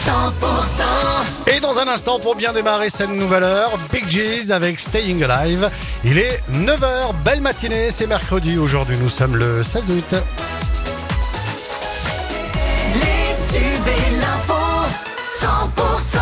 Et dans un instant, pour bien démarrer cette nouvelle heure, Big Gees avec Staying Alive. Il est 9h, belle matinée, c'est mercredi. Aujourd'hui, nous sommes le 16 août. Les tubes et l'info, 100%.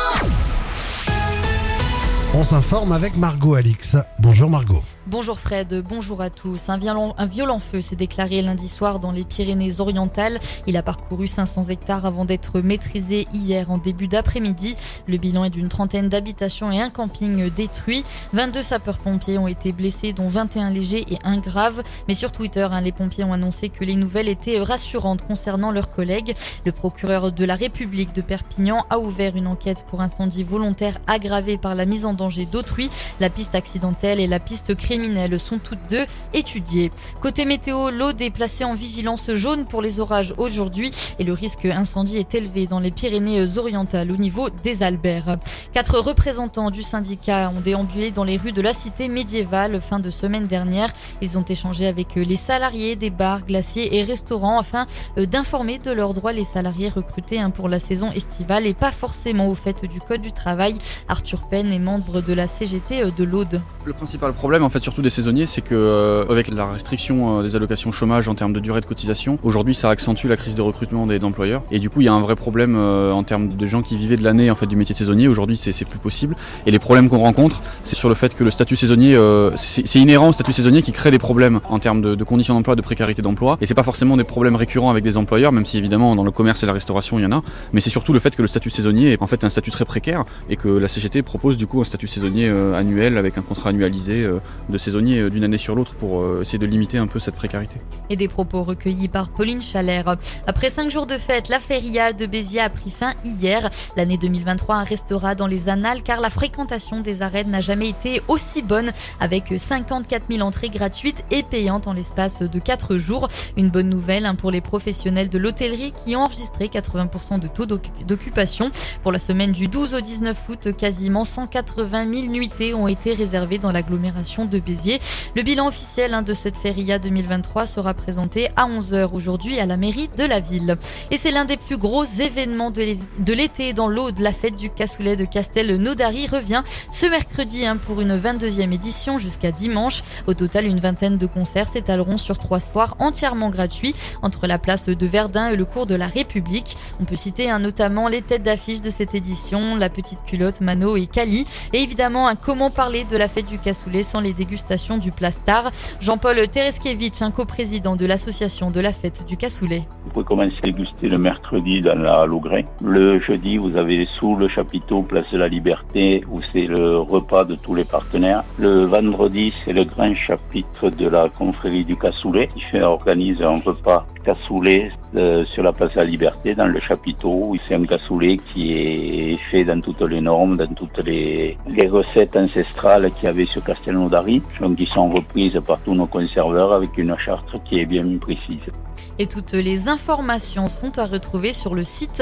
On s'informe avec Margot Alix. Bonjour Margot. Bonjour Fred, bonjour à tous. Un violent feu s'est déclaré lundi soir dans les Pyrénées-Orientales. Il a parcouru 500 hectares avant d'être maîtrisé hier en début d'après-midi. Le bilan est d'une trentaine d'habitations et un camping détruit. 22 sapeurs-pompiers ont été blessés, dont 21 légers et 1 grave. Mais sur Twitter, les pompiers ont annoncé que les nouvelles étaient rassurantes concernant leurs collègues. Le procureur de la République de Perpignan a ouvert une enquête pour incendie volontaire aggravé par la mise en danger d'autrui. La piste accidentelle et la piste criminelle sont toutes deux étudiées. Côté météo, l'Aude est placée en vigilance jaune pour les orages aujourd'hui et le risque incendie est élevé dans les Pyrénées-Orientales au niveau des Alberts. 4 représentants du syndicat ont déambulé dans les rues de la cité médiévale fin de semaine dernière. Ils ont échangé avec les salariés des bars, glaciers et restaurants afin d'informer de leurs droits les salariés recrutés pour la saison estivale et pas forcément au fait du code du travail. Arthur Penn est membre de la CGT de l'Aude. Le principal problème, en fait, surtout des saisonniers, c'est que avec la restriction des allocations chômage en termes de durée de cotisation, aujourd'hui ça accentue la crise de recrutement des employeurs et du coup il y a un vrai problème en termes de gens qui vivaient de l'année en fait du métier de saisonnier. Aujourd'hui c'est plus possible et les problèmes qu'on rencontre, c'est sur le fait que le statut saisonnier, c'est inhérent au statut saisonnier qui crée des problèmes en termes de conditions d'emploi, de précarité d'emploi, et c'est pas forcément des problèmes récurrents avec des employeurs, même si évidemment dans le commerce et la restauration il y en a, mais c'est surtout le fait que le statut saisonnier est en fait un statut très précaire et que la CGT propose du coup un statut saisonnier annuel avec un contrat annualisé de saisonnier d'une année sur l'autre pour essayer de limiter un peu cette précarité. Et des propos recueillis par Pauline Chalère. Après 5 jours de fête, la feria de Béziers a pris fin hier. L'année 2023 restera dans les annales car la fréquentation des arènes n'a jamais été aussi bonne avec 54 000 entrées gratuites et payantes en l'espace de 4 jours. Une bonne nouvelle pour les professionnels de l'hôtellerie qui ont enregistré 80% de taux d'occupation. Pour la semaine du 12 au 19 août, quasiment 180 000 nuitées ont été réservées dans l'agglomération de Béziers. Le bilan officiel de cette feria 2023 sera présenté à 11h aujourd'hui à la mairie de la ville. Et c'est l'un des plus gros événements de l'été dans l'Aude. La fête du cassoulet de Castelnaudary revient ce mercredi pour une 22e édition jusqu'à dimanche. Au total, une vingtaine de concerts s'étaleront sur 3 soirs entièrement gratuits entre la place de Verdun et le cours de la République. On peut citer notamment les têtes d'affiche de cette édition, La Petite Culotte, Mano et Cali. Et évidemment, comment parler de la fête du cassoulet sans les dégustations du plat star. Jean-Paul Tereskevitch, coprésident de l'association de la fête du cassoulet. Vous pouvez commencer à déguster le mercredi dans la Lograin. Le jeudi, vous avez sous le chapiteau, place de la Liberté, où c'est le repas de tous les partenaires. Le vendredi, c'est le grand chapitre de la confrérie du cassoulet qui organise un repas cassoulet sur la place de la Liberté, dans le chapiteau. C'est un cassoulet qui est fait dans toutes les normes, dans toutes les recettes ancestrales qu'il y avait sur Castelnaudary, donc qui sont reprises par tous nos conserveurs avec une charte qui est bien précise. Et toutes les informations sont à retrouver sur le site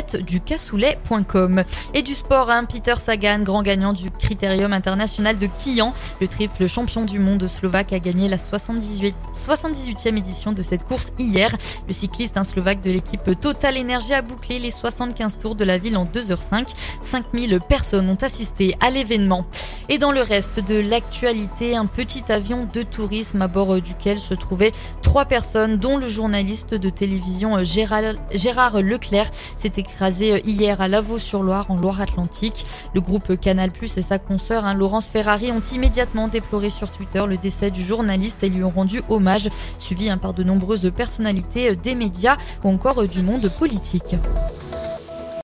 fêteducassoulet.com. Et du sport, Peter Sagan, grand gagnant du Critérium international de Quillan. Le triple champion du monde slovaque a gagné la 78e édition de cette course hier. Le cycliste slovaque de l'équipe Total Energy a bouclé les 75 tours de la ville en 2h05. 5000 personnes ont assisté à l'événement. Et dans le reste de l'actualité, un petit avion de tourisme à bord duquel se trouvaient 3 personnes, dont le journaliste de télévision Gérard Leclerc, s'est écrasé hier à Lavaux-sur-Loire, en Loire-Atlantique. Le groupe Canal+ et sa consoeur Laurence Ferrari ont immédiatement déploré sur Twitter le décès du journaliste et lui ont rendu hommage, suivi par de nombreuses personnalités des médias ou encore du monde politique.